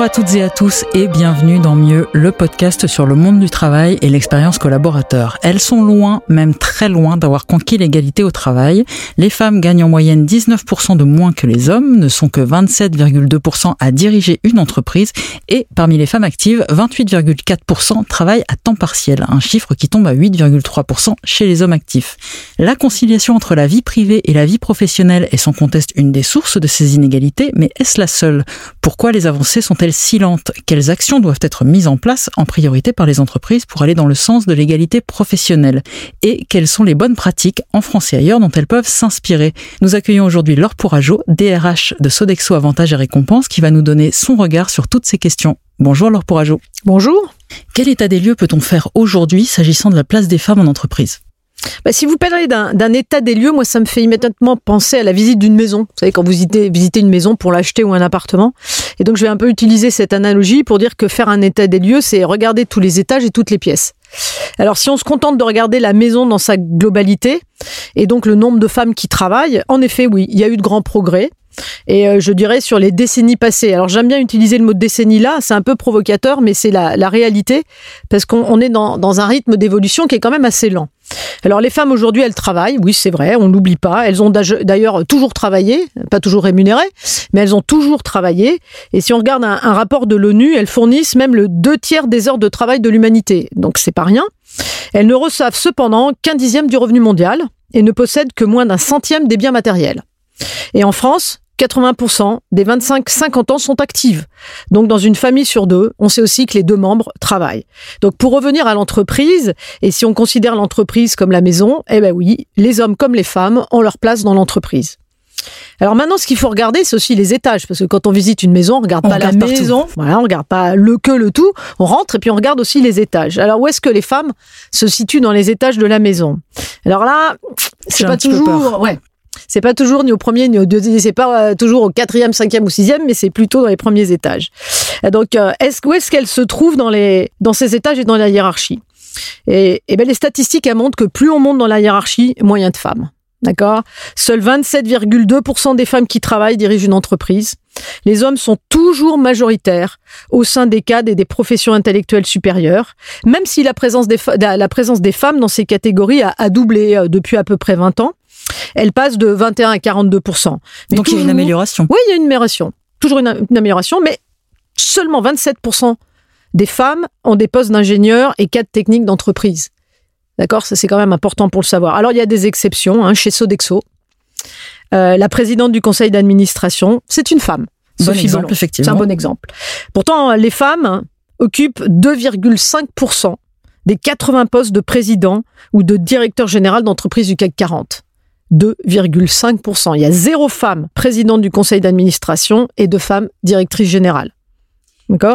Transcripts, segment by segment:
à toutes et à tous et bienvenue dans Mieux, le podcast sur le monde du travail et l'expérience collaborateur. Elles sont loin, même très loin, d'avoir conquis l'égalité au travail. Les femmes gagnent en moyenne 19% de moins que les hommes, ne sont que 27,2% à diriger une entreprise et parmi les femmes actives, 28,4% travaillent à temps partiel, un chiffre qui tombe à 8,3% chez les hommes actifs. La conciliation entre la vie privée et la vie professionnelle est sans conteste une des sources de ces inégalités, mais est-ce la seule ? Pourquoi les avancées sont-elles si lentes ? Quelles actions doivent être mises en place en priorité par les entreprises pour aller dans le sens de l'égalité professionnelle ? Et quelles sont les bonnes pratiques en France et ailleurs dont elles peuvent s'inspirer ? Nous accueillons aujourd'hui Laure Pourageaud, DRH de Sodexo Avantages et Récompenses, qui va nous donner son regard sur toutes ces questions. Bonjour Laure Pourageaud. Bonjour. Quel état des lieux peut-on faire aujourd'hui s'agissant de la place des femmes en entreprise ? Si vous parlez d'un état des lieux, moi ça me fait immédiatement penser à la visite d'une maison. Vous savez, quand vous visitez une maison pour l'acheter ou un appartement. Et donc je vais un peu utiliser cette analogie pour dire que faire un état des lieux, c'est regarder tous les étages et toutes les pièces. Alors si on se contente de regarder la maison dans sa globalité, et donc le nombre de femmes qui travaillent, en effet oui, il y a eu de grands progrès. Et je dirais sur les décennies passées. Alors j'aime bien utiliser le mot décennie là, c'est un peu provocateur, mais c'est la réalité, parce qu'on est dans un rythme d'évolution qui est quand même assez lent. Alors les femmes aujourd'hui, elles travaillent, oui c'est vrai, on n'oublie pas, elles ont d'ailleurs toujours travaillé, pas toujours rémunérées, mais elles ont toujours travaillé, et si on regarde un rapport de l'ONU, elles fournissent même le 2/3 des heures de travail de l'humanité, donc c'est pas rien. Elles ne reçoivent cependant qu'un 10e du revenu mondial, et ne possèdent que moins d'un centième des biens matériels. Et en France, 80% des 25-50 ans sont actives. Donc, dans une famille sur deux, on sait aussi que les deux membres travaillent. Donc, pour revenir à l'entreprise, et si on considère l'entreprise comme la maison, eh ben oui, les hommes comme les femmes ont leur place dans l'entreprise. Alors maintenant, ce qu'il faut regarder, c'est aussi les étages, parce que quand on visite une maison, on regarde pas la maison, voilà, on regarde pas le tout, on rentre et puis on regarde aussi les étages. Alors où est-ce que les femmes se situent dans les étages de la maison ? Alors là, c'est pas toujours, c'est pas toujours ni au premier ni au deuxième, c'est pas toujours au 4e, 5e ou 6e, mais c'est plutôt dans les premiers étages. Donc, où est-ce qu'elle se trouve dans ces étages et dans la hiérarchie ? Et ben, les statistiques, elles montrent que plus on monte dans la hiérarchie, moins il y a de femmes. D'accord ? Seuls 27,2% des femmes qui travaillent dirigent une entreprise. Les hommes sont toujours majoritaires au sein des cadres et des professions intellectuelles supérieures, même si la présence des femmes dans ces catégories a doublé depuis à peu près 20 ans. Elle passe de 21 à 42%. Mais donc il y a une amélioration. Oui, il y a une amélioration. Toujours une amélioration, mais seulement 27% des femmes ont des postes d'ingénieurs et cadres techniques d'entreprise. D'accord ? Ça, c'est quand même important pour le savoir. Alors, il y a des exceptions, chez Sodexo. La présidente du conseil d'administration, c'est une femme. Sophie Bellon. Effectivement. C'est un bon exemple. Pourtant, les femmes occupent 2,5% des 80 postes de président ou de directeur général d'entreprise du CAC 40. 2,5%. Il y a 0 femme présidente du conseil d'administration et 2 femmes directrices générales. D'accord ?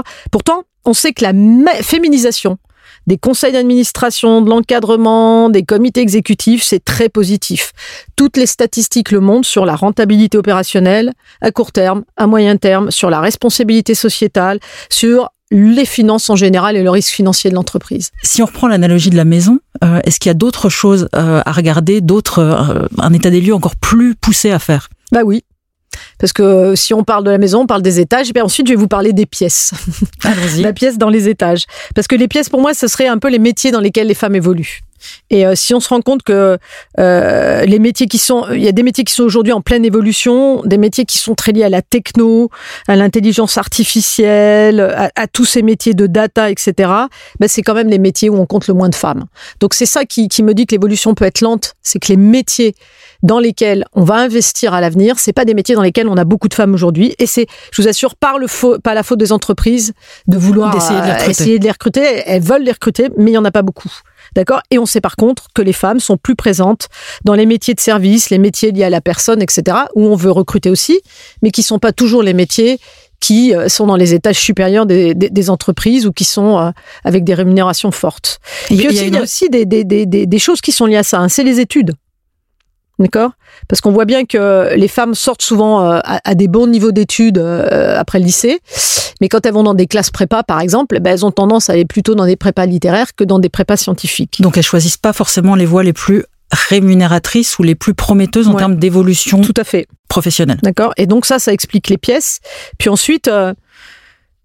Pourtant, on sait que la féminisation des conseils d'administration, de l'encadrement, des comités exécutifs, c'est très positif. Toutes les statistiques le montrent sur la rentabilité opérationnelle, à court terme, à moyen terme, sur la responsabilité sociétale, sur les finances en général et le risque financier de l'entreprise. Si on reprend l'analogie de la maison, est-ce qu'il y a d'autres choses à regarder, un état des lieux encore plus poussé à faire ? Bah oui. Parce que si on parle de la maison, on parle des étages, et puis ensuite je vais vous parler des pièces. Allons-y. La pièce dans les étages. Parce que les pièces, pour moi, ce serait un peu les métiers dans lesquels les femmes évoluent. Et si on se rend compte que les métiers il y a des métiers qui sont aujourd'hui en pleine évolution, des métiers qui sont très liés à la techno, à l'intelligence artificielle, à tous ces métiers de data, etc. Ben c'est quand même les métiers où on compte le moins de femmes. Donc c'est ça qui me dit que l'évolution peut être lente, c'est que les métiers dans lesquels on va investir à l'avenir, c'est pas des métiers dans lesquels on a beaucoup de femmes aujourd'hui. Et c'est, je vous assure, pas la faute des entreprises de vouloir essayer de les recruter. Elles veulent les recruter, mais il y en a pas beaucoup. D'accord ? Et on sait par contre que les femmes sont plus présentes dans les métiers de service, les métiers liés à la personne, etc., où on veut recruter aussi, mais qui sont pas toujours les métiers qui sont dans les étages supérieurs des entreprises ou qui sont avec des rémunérations fortes. Et puis aussi, il y a aussi des choses qui sont liées à ça, c'est les études. D'accord ? Parce qu'on voit bien que les femmes sortent souvent à des bons niveaux d'études après le lycée, mais quand elles vont dans des classes prépa, par exemple, elles ont tendance à aller plutôt dans des prépas littéraires que dans des prépas scientifiques. Donc elles choisissent pas forcément les voies les plus rémunératrices ou les plus prometteuses en termes d'évolution tout à fait. professionnelle. D'accord ? Et donc ça explique les pièces. Puis ensuite,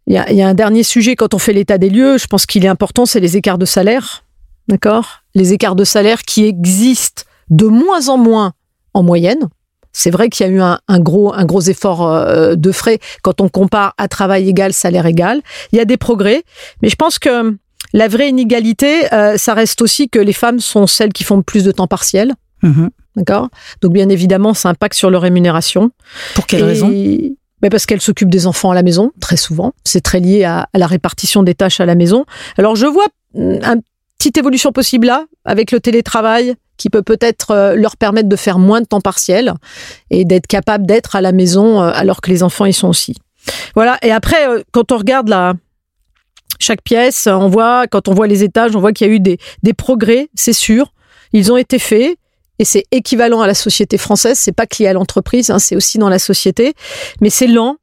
Il y a un dernier sujet quand on fait l'état des lieux, je pense qu'il est important, c'est les écarts de salaire. D'accord ? Les écarts de salaire qui existent de moins en moyenne. C'est vrai qu'il y a eu un gros effort de frais quand on compare à travail égal, salaire égal. Il y a des progrès, mais je pense que la vraie inégalité, ça reste aussi que les femmes sont celles qui font plus de temps partiel. Mmh. D'accord ? Donc bien évidemment, ça impacte sur leur rémunération. Pour quelle raison ? Parce qu'elles s'occupent des enfants à la maison, très souvent. C'est très lié à la répartition des tâches à la maison. Alors je vois une petite évolution possible là, avec le télétravail, qui peut peut-être leur permettre de faire moins de temps partiel et d'être capable d'être à la maison alors que les enfants y sont aussi. Voilà. Et après, quand on regarde chaque pièce, quand on voit les étages, on voit qu'il y a eu des progrès, c'est sûr. Ils ont été faits. Et c'est équivalent à la société française, c'est pas que lié à l'entreprise, c'est aussi dans la société, mais c'est lent,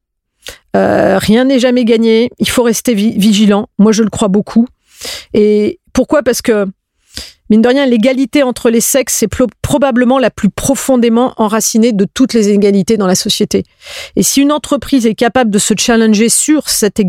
rien n'est jamais gagné, il faut rester vigilant, moi je le crois beaucoup. Et pourquoi ? Parce que, mine de rien, l'égalité entre les sexes, c'est probablement la plus profondément enracinée de toutes les inégalités dans la société. Et si une entreprise est capable de se challenger sur cette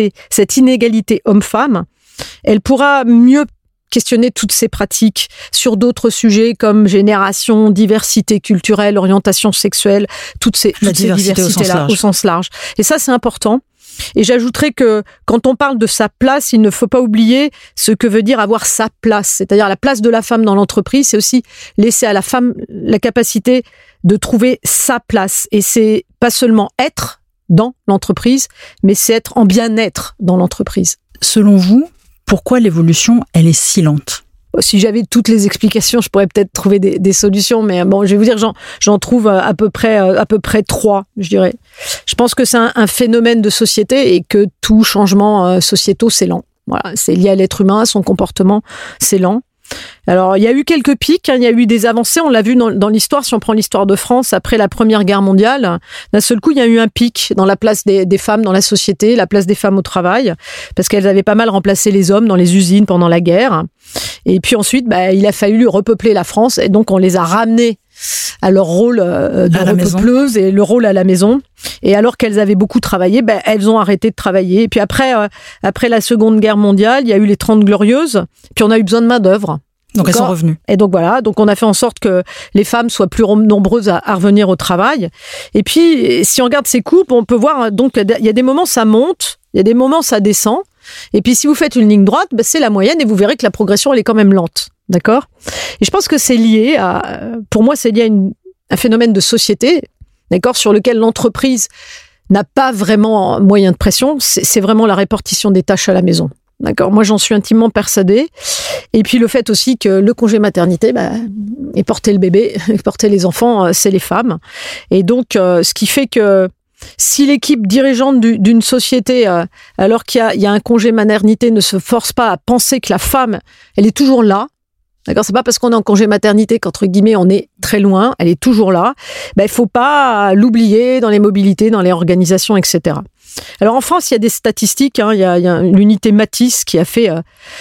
inégalité homme-femme, elle pourra mieux questionner toutes ces pratiques sur d'autres sujets comme génération, diversité culturelle, orientation sexuelle, toutes ces diversités-là au sens large. Et ça, c'est important. Et j'ajouterais que quand on parle de sa place, il ne faut pas oublier ce que veut dire avoir sa place. C'est-à-dire la place de la femme dans l'entreprise, c'est aussi laisser à la femme la capacité de trouver sa place. Et c'est pas seulement être dans l'entreprise, mais c'est être en bien-être dans l'entreprise. Selon vous, pourquoi l'évolution, elle est si lente ? Si j'avais toutes les explications, je pourrais peut-être trouver des solutions, mais bon, je vais vous dire, j'en trouve à peu près 3, je dirais. Je pense que c'est un phénomène de société et que tout changement sociétaux, c'est lent. Voilà, c'est lié à l'être humain, à son comportement, c'est lent. Alors, il y a eu quelques pics, il y a eu des avancées, on l'a vu dans l'histoire, si on prend l'histoire de France, après la Première Guerre mondiale, d'un seul coup, il y a eu un pic dans la place des femmes dans la société, la place des femmes au travail, parce qu'elles avaient pas mal remplacé les hommes dans les usines pendant la guerre. Et puis ensuite, il a fallu repeupler la France, et donc on les a ramenées à leur rôle de repeupleuse et le rôle à la maison. Et alors qu'elles avaient beaucoup travaillé, elles ont arrêté de travailler. Et puis après la Seconde Guerre mondiale, il y a eu les 30 Glorieuses, puis on a eu besoin de main-d'œuvre. Donc elles sont revenues. Et donc voilà, donc on a fait en sorte que les femmes soient plus nombreuses à revenir au travail. Et puis, si on regarde ces courbes, on peut voir, donc il y a des moments ça monte, il y a des moments ça descend. Et puis si vous faites une ligne droite, c'est la moyenne et vous verrez que la progression elle est quand même lente. D'accord ? Et je pense que c'est lié pour moi, c'est lié à un phénomène de société, d'accord, sur lequel l'entreprise n'a pas vraiment moyen de pression. C'est vraiment la répartition des tâches à la maison. D'accord, moi j'en suis intimement persuadée. Et puis le fait aussi que le congé maternité, et porter le bébé, porter les enfants, c'est les femmes. Et donc, ce qui fait que si l'équipe dirigeante d'une société, alors qu'il y a un congé maternité, ne se force pas à penser que la femme, elle est toujours là. D'accord, c'est pas parce qu'on est en congé maternité qu'entre guillemets on est très loin, elle est toujours là. Il faut pas l'oublier dans les mobilités, dans les organisations, etc. Alors en France, il y a des statistiques, il y a l'unité Matisse qui a fait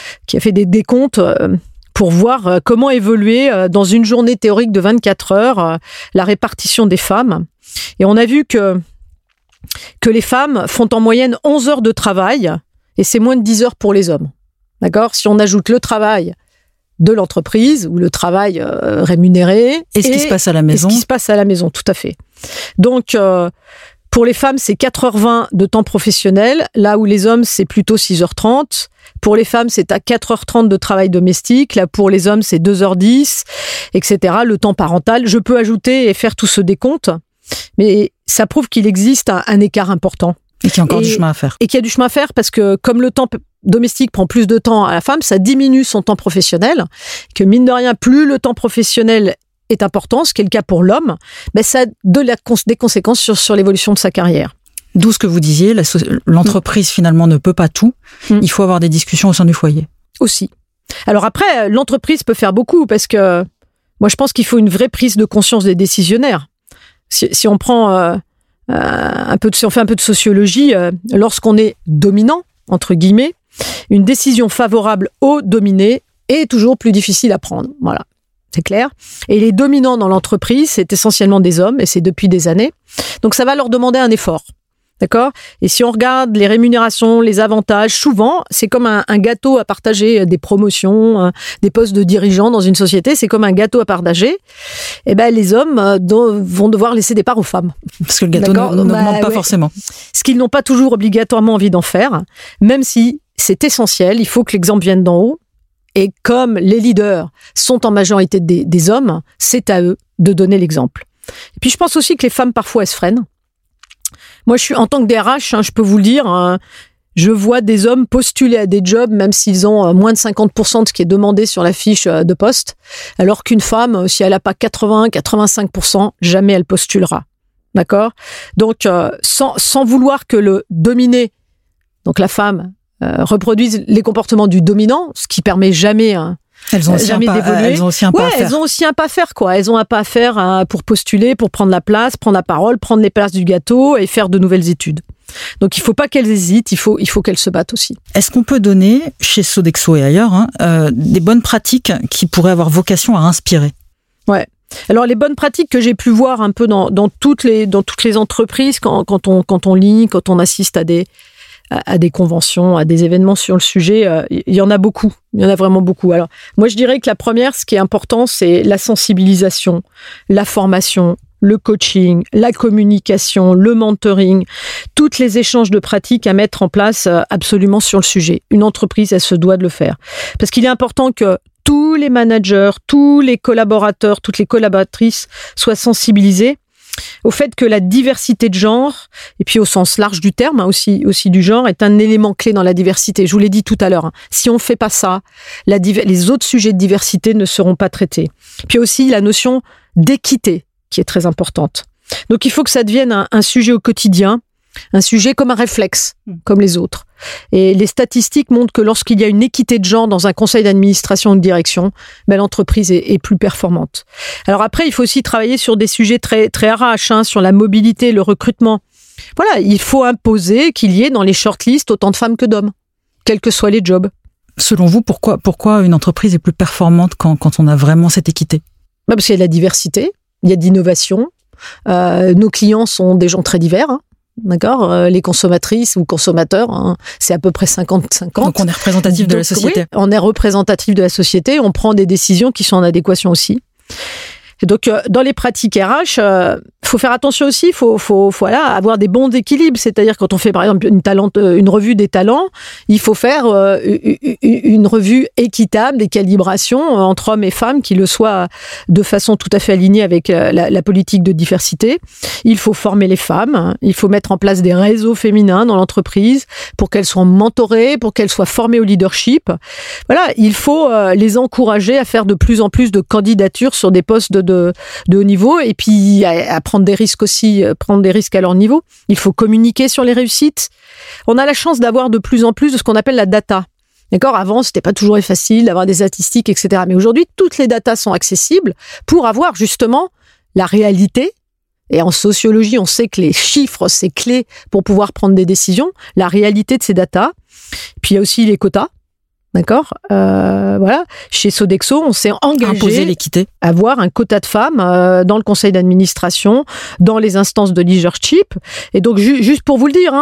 des décomptes pour voir comment évoluer dans une journée théorique de 24 heures la répartition des femmes. Et on a vu que les femmes font en moyenne 11 heures de travail et c'est moins de 10 heures pour les hommes. D'accord ? Si on ajoute le travail de l'entreprise ou le travail rémunéré et ce qui se passe à la maison. Et ce qui se passe à la maison, tout à fait. Donc, pour les femmes, c'est 4h20 de temps professionnel, là où les hommes, c'est plutôt 6h30. Pour les femmes, c'est à 4h30 de travail domestique. Là, pour les hommes, c'est 2h10, etc. Le temps parental. Je peux ajouter et faire tout ce décompte, mais ça prouve qu'il existe un écart important. Et qu'il y a encore du chemin à faire. Et qu'il y a du chemin à faire parce que comme le temps domestique prend plus de temps à la femme, ça diminue son temps professionnel. Que mine de rien, plus le temps professionnel est important, ce qui est le cas pour l'homme, ça a des conséquences sur l'évolution de sa carrière. D'où ce que vous disiez, l'entreprise finalement ne peut pas tout. Il faut avoir des discussions au sein du foyer. Aussi. Alors après, l'entreprise peut faire beaucoup parce que moi je pense qu'il faut une vraie prise de conscience des décisionnaires. Si on prend si on fait un peu de sociologie, lorsqu'on est dominant, entre guillemets, une décision favorable au dominé est toujours plus difficile à prendre. Voilà. C'est clair. Et les dominants dans l'entreprise, c'est essentiellement des hommes, et c'est depuis des années. Donc ça va leur demander un effort. D'accord ? Et si on regarde les rémunérations, les avantages, souvent, c'est comme un gâteau à partager, des promotions, des postes de dirigeants dans une société, c'est comme un gâteau à partager. Et ben, les hommes vont devoir laisser des parts aux femmes. Parce que le gâteau n'augmente pas forcément. Ce qu'ils n'ont pas toujours obligatoirement envie d'en faire, même si c'est essentiel, il faut que l'exemple vienne d'en haut. Et comme les leaders sont en majorité des hommes, c'est à eux de donner l'exemple. Et puis je pense aussi que les femmes, parfois, elles se freinent. Moi, en tant que DRH, je peux vous le dire, je vois des hommes postuler à des jobs, même s'ils ont moins de 50% de ce qui est demandé sur la fiche de poste, alors qu'une femme, si elle n'a pas 80-85%, jamais elle postulera. D'accord ? Donc, sans vouloir que le dominé, donc la femme, reproduise les comportements du dominant, ce qui permet jamais... Elles ont aussi un pas à faire. Elles ont aussi un pas à faire, quoi. Elles ont un pas à faire pour postuler, pour prendre la place, prendre la parole, prendre les places du gâteau et faire de nouvelles études. Donc, il faut pas qu'elles hésitent, il faut qu'elles se battent aussi. Est-ce qu'on peut donner, chez Sodexo et ailleurs, des bonnes pratiques qui pourraient avoir vocation à inspirer ? Ouais. Alors, les bonnes pratiques que j'ai pu voir un peu dans toutes les entreprises, quand on lit, quand on assiste à des conventions, à des événements sur le sujet, il y en a beaucoup. Il y en a vraiment beaucoup. Alors, moi, je dirais que la première, ce qui est important, c'est la sensibilisation, la formation, le coaching, la communication, le mentoring, tous les échanges de pratiques à mettre en place absolument sur le sujet. Une entreprise, elle se doit de le faire. Parce qu'il est important que tous les managers, tous les collaborateurs, toutes les collaboratrices soient sensibilisés au fait que la diversité de genre, et puis au sens large du terme, aussi du genre, est un élément clé dans la diversité. Je vous l'ai dit tout à l'heure. Si on ne fait pas ça, les autres sujets de diversité ne seront pas traités. Puis aussi la notion d'équité, qui est très importante. Donc il faut que ça devienne un sujet au quotidien, un sujet comme un réflexe, comme les autres. Et les statistiques montrent que lorsqu'il y a une équité de genre dans un conseil d'administration ou de direction, l'entreprise est plus performante. Alors après, il faut aussi travailler sur des sujets très, très RH, sur la mobilité, le recrutement. Voilà, il faut imposer qu'il y ait dans les shortlists autant de femmes que d'hommes, quels que soient les jobs. Selon vous, pourquoi une entreprise est plus performante quand on a vraiment cette équité ? Parce qu'il y a de la diversité, il y a de l'innovation. Nos clients sont des gens très divers, d'accord, les consommatrices ou consommateurs, c'est à peu près 50-50. Donc on est représentatif de la société. Oui, on est représentatif de la société, on prend des décisions qui sont en adéquation aussi. Et donc dans les pratiques RH, faut faire attention aussi, faut avoir des bons équilibres, c'est-à-dire quand on fait par exemple une revue des talents, il faut faire une revue équitable, des calibrations entre hommes et femmes qui le soient de façon tout à fait alignée avec la politique de diversité. Il faut former les femmes, il faut mettre en place des réseaux féminins dans l'entreprise pour qu'elles soient mentorées, pour qu'elles soient formées au leadership. Voilà, il faut les encourager à faire de plus en plus de candidatures sur des postes de haut niveau et puis à prendre des risques aussi, prendre des risques à leur niveau. Il faut communiquer sur les réussites. On a la chance d'avoir de plus en plus de ce qu'on appelle la data. D'accord ? Avant, c'était pas toujours facile d'avoir des statistiques, etc. Mais aujourd'hui, toutes les datas sont accessibles pour avoir justement la réalité. Et en sociologie, on sait que les chiffres, c'est clé pour pouvoir prendre des décisions. La réalité de ces datas. Puis il y a aussi les quotas. D'accord, voilà. Chez Sodexo, on s'est engagé à avoir un quota de femmes dans le conseil d'administration, dans les instances de leadership. Et donc, juste pour vous le dire,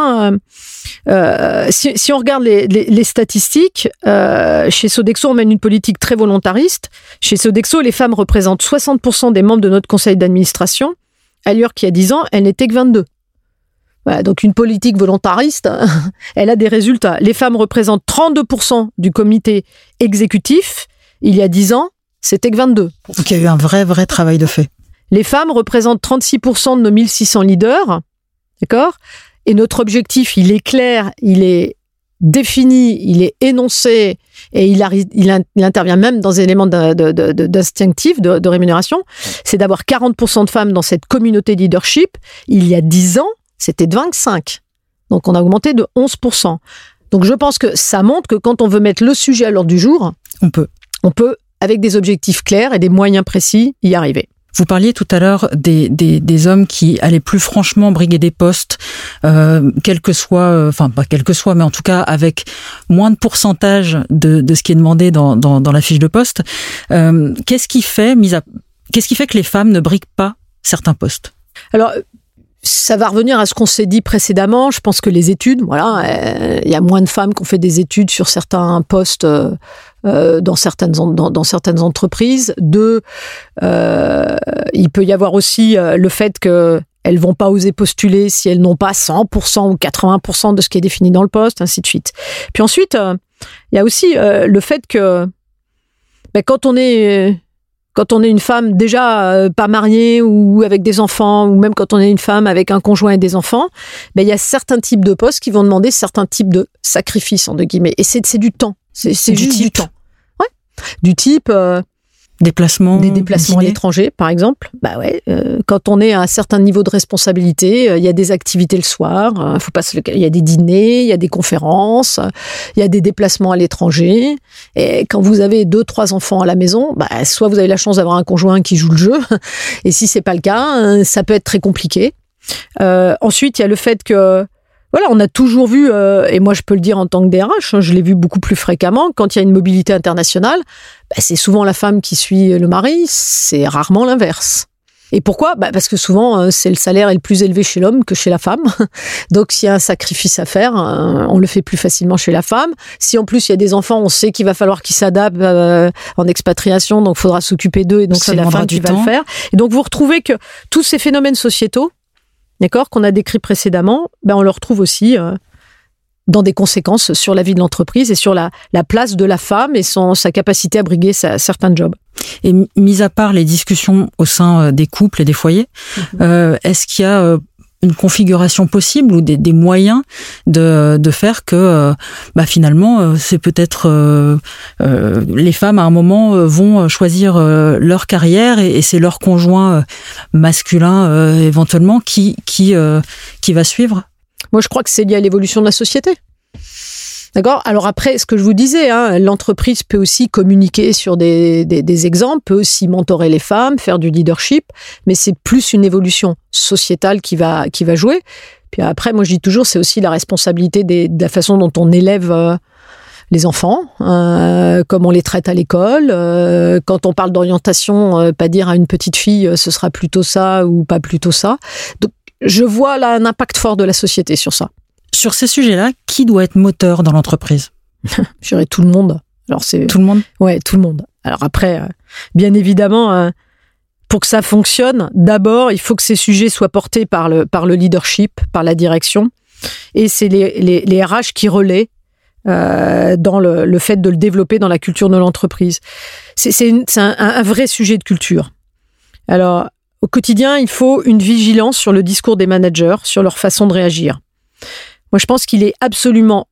si on regarde les statistiques, chez Sodexo, on mène une politique très volontariste. Chez Sodexo, les femmes représentent 60% des membres de notre conseil d'administration, alors qu'il y a 10 ans, elles n'étaient que 22%. Voilà, donc une politique volontariste, elle a des résultats. Les femmes représentent 32% du comité exécutif. Il y a 10 ans, c'était que 22%. Donc il y a eu un vrai travail de fait. Les femmes représentent 36% de nos 1600 leaders. D'accord ? Et notre objectif, il est clair, il est défini, il est énoncé et il intervient même dans des éléments d'instinctif, de rémunération. C'est d'avoir 40% de femmes dans cette communauté leadership. Il y a 10 ans, c'était de 25%. Donc, on a augmenté de 11%. Donc, je pense que ça montre que quand on veut mettre le sujet à l'ordre du jour, on peut, avec des objectifs clairs et des moyens précis, y arriver. Vous parliez tout à l'heure des hommes qui allaient plus franchement briguer des postes, quel que soit, enfin pas quel que soit, mais en tout cas avec moins de pourcentage de ce qui est demandé dans la fiche de poste. Qu'est-ce qui fait que les femmes ne briguent pas certains postes ? Alors, ça va revenir à ce qu'on s'est dit précédemment. Je pense que les études, voilà, il y a moins de femmes qui ont fait des études sur certains postes dans certaines entreprises. Deux, il peut y avoir aussi le fait que elles vont pas oser postuler si elles n'ont pas 100% ou 80% de ce qui est défini dans le poste, ainsi de suite. Puis ensuite, il y a aussi le fait que quand on est une femme déjà pas mariée ou avec des enfants, ou même quand on est une femme avec un conjoint et des enfants, il y a certains types de postes qui vont demander certains types de sacrifices, entre guillemets. Et c'est du temps. C'est juste du temps. Ouais. Du type... des déplacements à l'étranger, par exemple. Quand on est à un certain niveau de responsabilité, il y a des activités le soir, il y a des dîners, il y a des conférences, il y a des déplacements à l'étranger. Et quand vous avez 2-3 enfants à la maison, soit vous avez la chance d'avoir un conjoint qui joue le jeu, et si c'est pas le cas, ça peut être très compliqué. Ensuite, il y a le fait que voilà, on a toujours vu, et moi je peux le dire en tant que DRH, je l'ai vu beaucoup plus fréquemment, quand il y a une mobilité internationale, c'est souvent la femme qui suit le mari, c'est rarement l'inverse. Et pourquoi ? Parce que souvent, c'est le salaire est le plus élevé chez l'homme que chez la femme. Donc, s'il y a un sacrifice à faire, on le fait plus facilement chez la femme. Si en plus, il y a des enfants, on sait qu'il va falloir qu'ils s'adaptent en expatriation, donc il faudra s'occuper d'eux, et donc c'est la femme qui va le faire. Et donc, vous retrouvez que tous ces phénomènes sociétaux, d'accord, qu'on a décrit précédemment, on le retrouve aussi dans des conséquences sur la vie de l'entreprise et sur la place de la femme et sa capacité à briguer certains jobs. Et mis à part les discussions au sein des couples et des foyers, est-ce qu'il y a une configuration possible ou des moyens de faire que finalement c'est peut-être les femmes à un moment vont choisir leur carrière et c'est leur conjoint masculin éventuellement qui va suivre? Moi je crois que c'est lié à l'évolution de la société. D'accord ? Alors après, ce que je vous disais, l'entreprise peut aussi communiquer sur des exemples, peut aussi mentorer les femmes, faire du leadership, mais c'est plus une évolution sociétale qui va jouer. Puis après, moi je dis toujours, c'est aussi la responsabilité de la façon dont on élève les enfants, comme on les traite à l'école. Quand on parle d'orientation, pas dire à une petite fille, ce sera plutôt ça ou pas plutôt ça. Donc je vois là un impact fort de la société sur ça. Sur ces sujets-là, qui doit être moteur dans l'entreprise ? Je dirais tout le monde. Alors c'est tout le monde. Ouais, tout le monde. Alors après, bien évidemment, pour que ça fonctionne, d'abord, il faut que ces sujets soient portés par le leadership, par la direction, et c'est les RH qui relaient dans le fait de le développer dans la culture de l'entreprise. C'est un vrai sujet de culture. Alors, au quotidien, il faut une vigilance sur le discours des managers, sur leur façon de réagir. Moi, je pense qu'il est absolument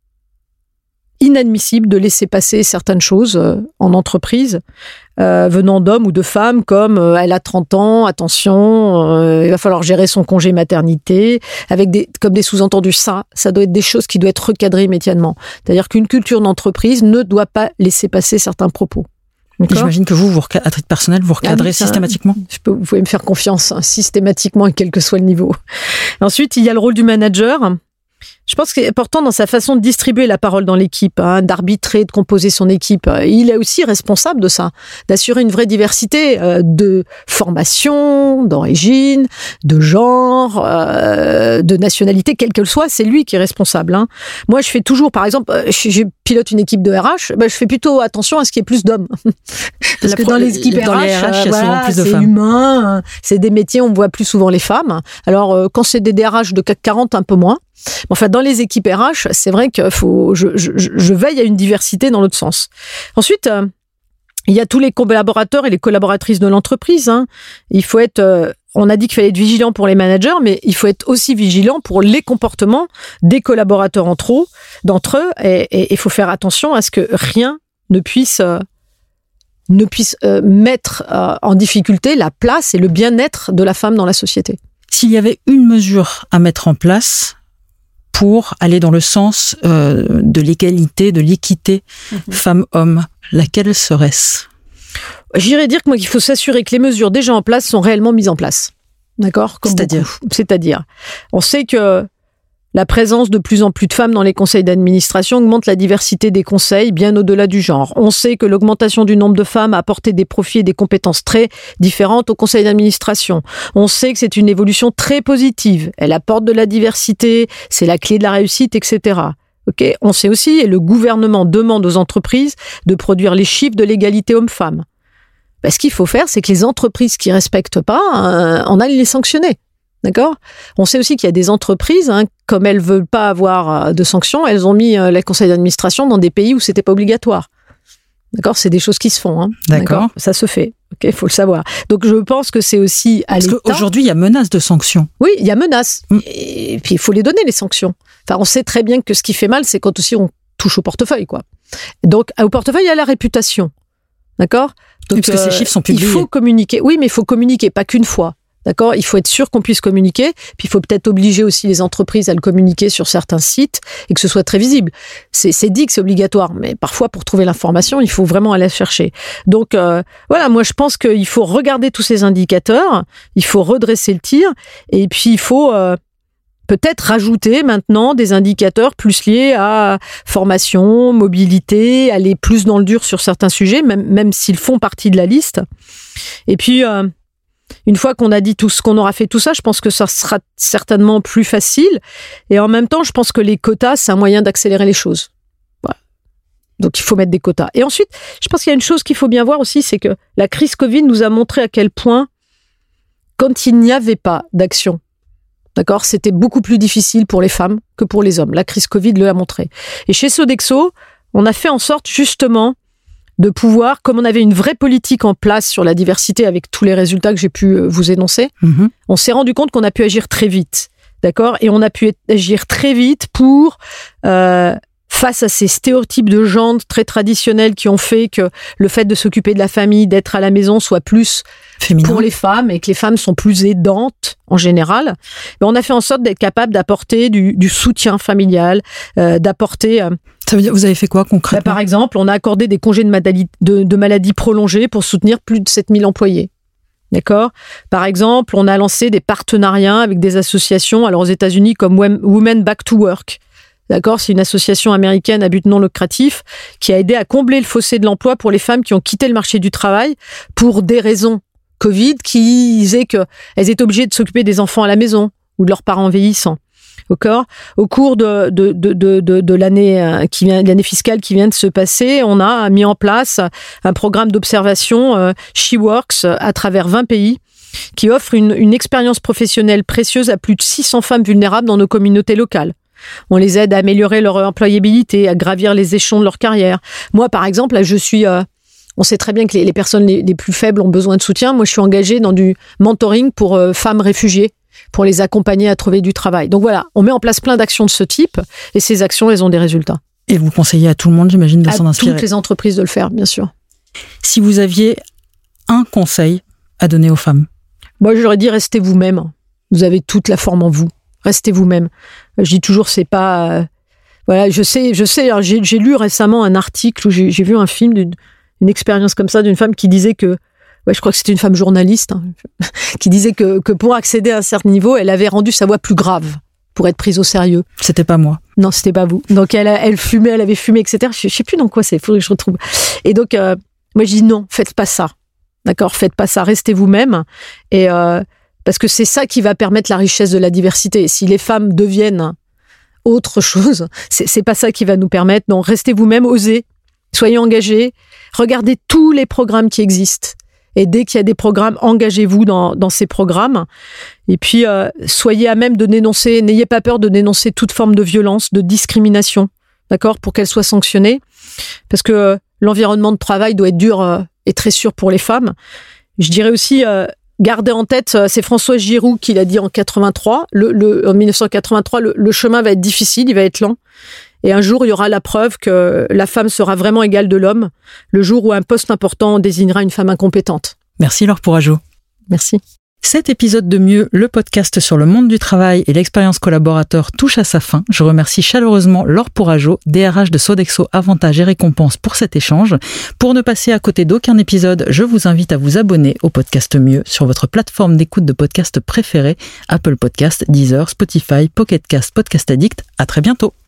inadmissible de laisser passer certaines choses en entreprise venant d'hommes ou de femmes comme elle a 30 ans, attention, il va falloir gérer son congé maternité, avec comme des sous-entendus. Ça doit être des choses qui doivent être recadrées immédiatement. C'est-à-dire qu'une culture d'entreprise ne doit pas laisser passer certains propos. J'imagine que vous, à titre personnel, vous recadrez systématiquement. Vous pouvez me faire confiance, systématiquement, et quel que soit le niveau. Ensuite, il y a le rôle du manager. Je pense qu'il est important dans sa façon de distribuer la parole dans l'équipe, d'arbitrer, de composer son équipe. Il est aussi responsable de ça, d'assurer une vraie diversité de formation, d'origine, de genre, de nationalité, quelle qu'elle soit. C'est lui qui est responsable. Moi, je fais toujours, par exemple, je pilote une équipe de RH, je fais plutôt attention à ce qu'il y ait plus d'hommes. Parce que dans les équipes RH, il y a souvent plus de femmes. C'est humain, c'est des métiers où on voit plus souvent les femmes. Alors, quand c'est des DRH de CAC 40, un peu moins. Enfin, dans les équipes RH, c'est vrai que je veille à une diversité dans l'autre sens. Ensuite, il y a tous les collaborateurs et les collaboratrices de l'entreprise. Il faut être, on a dit qu'il fallait être vigilant pour les managers, mais il faut être aussi vigilant pour les comportements des collaborateurs d'entre eux. Et il faut faire attention à ce que rien ne puisse mettre en difficulté la place et le bien-être de la femme dans la société. S'il y avait une mesure à mettre en place pour aller dans le sens de l'égalité, de l'équité femmes-hommes, laquelle serait-ce ? J'irais dire qu'il faut s'assurer que les mesures déjà en place sont réellement mises en place. D'accord ? C'est-à-dire, on sait que La présence de plus en plus de femmes dans les conseils d'administration augmente la diversité des conseils bien au-delà du genre. On sait que l'augmentation du nombre de femmes a apporté des profits et des compétences très différentes au conseil d'administration. On sait que c'est une évolution très positive. Elle apporte de la diversité, c'est la clé de la réussite, etc. Okay. On sait aussi, et le gouvernement demande aux entreprises de produire les chiffres de l'égalité homme-femme. Ce qu'il faut faire, c'est que les entreprises qui respectent pas, on aille les sanctionner. D'accord ? On sait aussi qu'il y a des entreprises, comme elles veulent pas avoir de sanctions, elles ont mis les conseils d'administration dans des pays où c'était pas obligatoire. D'accord ? C'est des choses qui se font. D'accord. Ça se fait. Ok, faut le savoir. Donc je pense que c'est aussi à l'État. Parce qu'aujourd'hui, il y a menace de sanctions. Oui, il y a menace. Et puis il faut les donner, les sanctions. Enfin, on sait très bien que ce qui fait mal, c'est quand aussi on touche au portefeuille, quoi. Donc au portefeuille, il y a la réputation. D'accord ? Donc, parce que ces chiffres sont publiés. Il faut communiquer. Oui, mais il faut communiquer, pas qu'une fois. D'accord ? Il faut être sûr qu'on puisse communiquer. Puis il faut peut-être obliger aussi les entreprises à le communiquer sur certains sites et que ce soit très visible. C'est dit que c'est obligatoire, mais parfois pour trouver l'information, il faut vraiment aller chercher. Donc voilà, moi je pense qu'il faut regarder tous ces indicateurs, il faut redresser le tir et puis il faut peut-être rajouter maintenant des indicateurs plus liés à formation, mobilité, aller plus dans le dur sur certains sujets, même s'ils font partie de la liste. Et puis une fois qu'on a dit tout ce qu'on aura fait tout ça, je pense que ça sera certainement plus facile. Et en même temps, je pense que les quotas, c'est un moyen d'accélérer les choses. Voilà. Donc, il faut mettre des quotas. Et ensuite, je pense qu'il y a une chose qu'il faut bien voir aussi, c'est que la crise Covid nous a montré à quel point, quand il n'y avait pas d'action, d'accord, c'était beaucoup plus difficile pour les femmes que pour les hommes. La crise Covid le a montré. Et chez Sodexo, on a fait en sorte, justement, de pouvoir, comme on avait une vraie politique en place sur la diversité avec tous les résultats que j'ai pu vous énoncer, on s'est rendu compte qu'on a pu agir très vite, d'accord ? Et on a pu agir très vite pour, face à ces stéréotypes de genre très traditionnels qui ont fait que le fait de s'occuper de la famille, d'être à la maison soit plus féminin pour les femmes et que les femmes sont plus aidantes en général, on a fait en sorte d'être capable d'apporter du soutien familial, d'apporter... Ça veut dire, vous avez fait quoi concrètement ? Par exemple, on a accordé des congés de maladie prolongés pour soutenir plus de 7000 employés. D'accord ? Par exemple, on a lancé des partenariats avec des associations, alors aux États-Unis comme Women Back to Work. D'accord ? C'est une association américaine à but non lucratif qui a aidé à combler le fossé de l'emploi pour les femmes qui ont quitté le marché du travail pour des raisons Covid qui disaient qu'elles étaient obligées de s'occuper des enfants à la maison ou de leurs parents vieillissants. D'accord ? Au cours de l'année fiscale qui vient de se passer, on a mis en place un programme d'observation SheWorks à travers 20 pays qui offre une expérience professionnelle précieuse à plus de 600 femmes vulnérables dans nos communautés locales. On les aide à améliorer leur employabilité, à gravir les échelons de leur carrière. Moi, par exemple, là, je suis... on sait très bien que les personnes les plus faibles ont besoin de soutien. Moi, je suis engagée dans du mentoring pour femmes réfugiées, pour les accompagner à trouver du travail. Donc voilà, on met en place plein d'actions de ce type et ces actions, elles ont des résultats. Et vous conseillez à tout le monde, j'imagine, de s'en inspirer. À toutes les entreprises de le faire, bien sûr. Si vous aviez un conseil à donner aux femmes ? Moi, j'aurais dit restez vous-même. Vous avez toute la forme en vous. Restez vous-même. Je dis toujours, c'est pas... Voilà, je sais. Alors, j'ai lu récemment un article où j'ai vu un film une expérience comme ça d'une femme qui disait que... Ouais, je crois que c'était une femme journaliste qui disait que pour accéder à un certain niveau, elle avait rendu sa voix plus grave pour être prise au sérieux. C'était pas moi. Non, c'était pas vous. Donc elle avait fumé, etc. Je sais plus dans quoi c'est. Il faudrait que je retrouve. Et donc moi je dis non, faites pas ça. D'accord, faites pas ça. Restez vous-même. Et parce que c'est ça qui va permettre la richesse de la diversité. Si les femmes deviennent autre chose, c'est pas ça qui va nous permettre. Donc restez vous-même, osez, soyez engagés, regardez tous les programmes qui existent. Et dès qu'il y a des programmes, engagez-vous dans ces programmes. Et puis, soyez à même de dénoncer, n'ayez pas peur de dénoncer toute forme de violence, de discrimination, d'accord, pour qu'elle soit sanctionnée. Parce que l'environnement de travail doit être dur et très sûr pour les femmes. Je dirais aussi, gardez en tête, c'est Françoise Giroud qui l'a dit en 1983, le chemin va être difficile, il va être lent. Et un jour, il y aura la preuve que la femme sera vraiment égale de l'homme, le jour où un poste important désignera une femme incompétente. Merci Laure Pourageaud. Merci. Cet épisode de Mieux, le podcast sur le monde du travail et l'expérience collaborateur touche à sa fin. Je remercie chaleureusement Laure Pourageau, DRH de Sodexo Avantages et Récompenses pour cet échange. Pour ne passer à côté d'aucun épisode, je vous invite à vous abonner au podcast Mieux sur votre plateforme d'écoute de podcast préférée, Apple Podcast, Deezer, Spotify, Pocket Cast, Podcast Addict. À très bientôt.